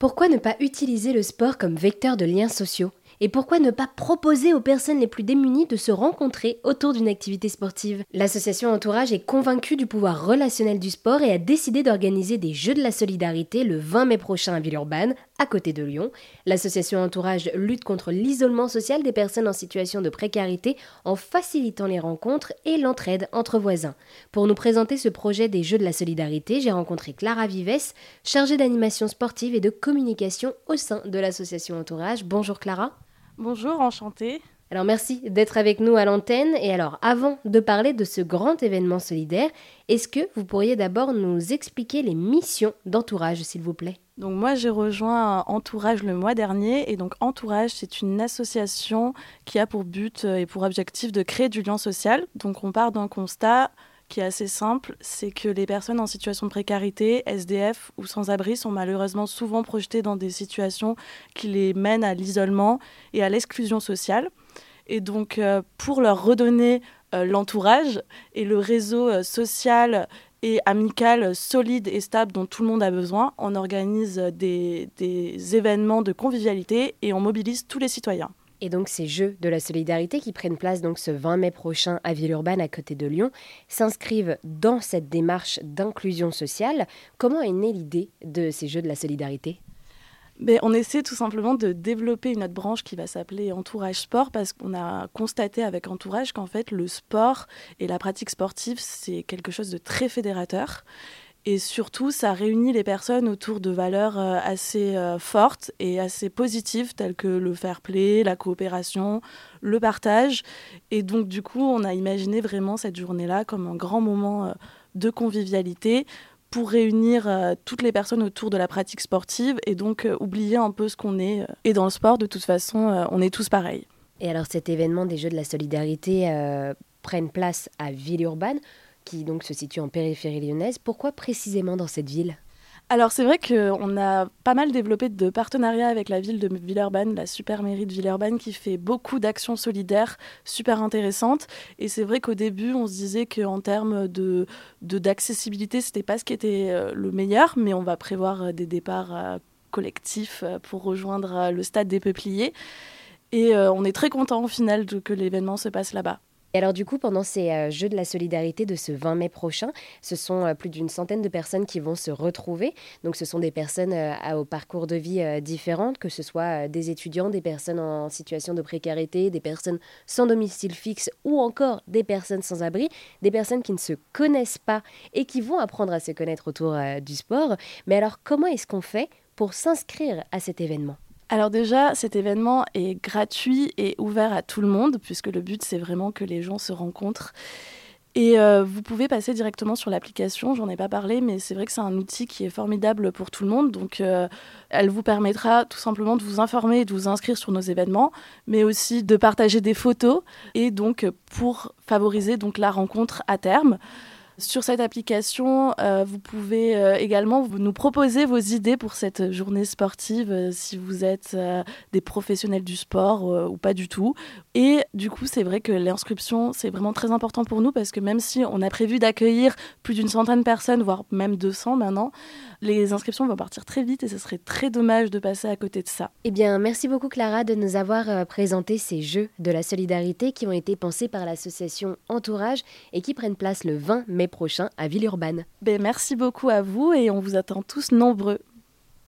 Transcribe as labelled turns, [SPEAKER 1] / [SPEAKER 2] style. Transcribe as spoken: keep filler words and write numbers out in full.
[SPEAKER 1] Pourquoi ne pas utiliser le sport comme vecteur de liens sociaux ? Et pourquoi ne pas proposer aux personnes les plus démunies de se rencontrer autour d'une activité sportive ? L'association Entourage est convaincue du pouvoir relationnel du sport et a décidé d'organiser des Jeux de la Solidarité le vingt mai prochain à Villeurbanne, à côté de Lyon. L'association Entourage lutte contre l'isolement social des personnes en situation de précarité en facilitant les rencontres et l'entraide entre voisins. Pour nous présenter ce projet des Jeux de la Solidarité, j'ai rencontré Clara Vives, chargée d'animation sportive et de communication au sein de l'association Entourage. Bonjour Clara.
[SPEAKER 2] Bonjour, enchantée.
[SPEAKER 1] Alors merci d'être avec nous à l'antenne. Et alors avant de parler de ce grand événement solidaire, est-ce que vous pourriez d'abord nous expliquer les missions d'Entourage, s'il vous plaît ?
[SPEAKER 2] Donc moi j'ai rejoint Entourage le mois dernier et donc Entourage c'est une association qui a pour but et pour objectif de créer du lien social. Donc on part d'un constat qui est assez simple, c'est que les personnes en situation de précarité, S D F ou sans-abri sont malheureusement souvent projetées dans des situations qui les mènent à l'isolement et à l'exclusion sociale. Et donc euh, pour leur redonner euh, l'entourage et le réseau euh, social et amical solide et stable dont tout le monde a besoin, on organise des, des événements de convivialité et on mobilise tous les citoyens.
[SPEAKER 1] Et donc ces Jeux de la Solidarité qui prennent place donc ce vingt mai prochain à Villeurbanne à côté de Lyon s'inscrivent dans cette démarche d'inclusion sociale. Comment est née l'idée de ces Jeux de la Solidarité ?
[SPEAKER 2] Mais on essaie tout simplement de développer une autre branche qui va s'appeler Entourage Sport parce qu'on a constaté avec Entourage qu'en fait le sport et la pratique sportive c'est quelque chose de très fédérateur. Et surtout, ça réunit les personnes autour de valeurs euh, assez euh, fortes et assez positives, telles que le fair play, la coopération, le partage. Et donc, du coup, on a imaginé vraiment cette journée-là comme un grand moment euh, de convivialité pour réunir euh, toutes les personnes autour de la pratique sportive et donc euh, oublier un peu ce qu'on est. Et dans le sport, de toute façon, euh, on est tous pareils.
[SPEAKER 1] Et alors, cet événement des Jeux de la Solidarité euh, prennent place à Villeurbanne, qui donc se situe en périphérie lyonnaise. Pourquoi précisément dans cette ville ?
[SPEAKER 2] Alors c'est vrai qu'on a pas mal développé de partenariats avec la ville de Villeurbanne, la super mairie de Villeurbanne qui fait beaucoup d'actions solidaires super intéressantes. Et c'est vrai qu'au début on se disait qu'en termes de, de, d'accessibilité c'était pas ce qui était euh, le meilleur, mais on va prévoir des départs euh, collectifs pour rejoindre euh, le stade des Peupliers. Et euh, on est très content au final de, que l'événement se passe là-bas.
[SPEAKER 1] Et alors du coup, pendant ces euh, Jeux de la Solidarité de ce vingt mai prochain, ce sont euh, plus d'une centaine de personnes qui vont se retrouver. Donc ce sont des personnes euh, au parcours de vie euh, différentes, que ce soit euh, des étudiants, des personnes en situation de précarité, des personnes sans domicile fixe ou encore des personnes sans abri, des personnes qui ne se connaissent pas et qui vont apprendre à se connaître autour euh, du sport. Mais alors comment est-ce qu'on fait pour s'inscrire à cet événement ?
[SPEAKER 2] Alors déjà, cet événement est gratuit et ouvert à tout le monde, puisque le but, c'est vraiment que les gens se rencontrent. Et euh, vous pouvez passer directement sur l'application, j'en ai pas parlé, mais c'est vrai que c'est un outil qui est formidable pour tout le monde. Donc, euh, elle vous permettra tout simplement de vous informer et de vous inscrire sur nos événements, mais aussi de partager des photos, et donc pour favoriser donc, la rencontre à terme. Sur cette application, euh, vous pouvez euh, également vous, nous proposer vos idées pour cette journée sportive, euh, si vous êtes euh, des professionnels du sport euh, ou pas du tout. Et du coup, c'est vrai que l'inscription, c'est vraiment très important pour nous parce que même si on a prévu d'accueillir plus d'une centaine de personnes, voire même deux cents maintenant, les inscriptions vont partir très vite et ce serait très dommage de passer à côté de ça.
[SPEAKER 1] Eh bien, merci beaucoup Clara de nous avoir euh, présenté ces Jeux de la Solidarité qui ont été pensés par l'association Entourage et qui prennent place le vingt mai prochain à Villeurbanne.
[SPEAKER 2] Ben, merci beaucoup à vous et on vous attend tous nombreux.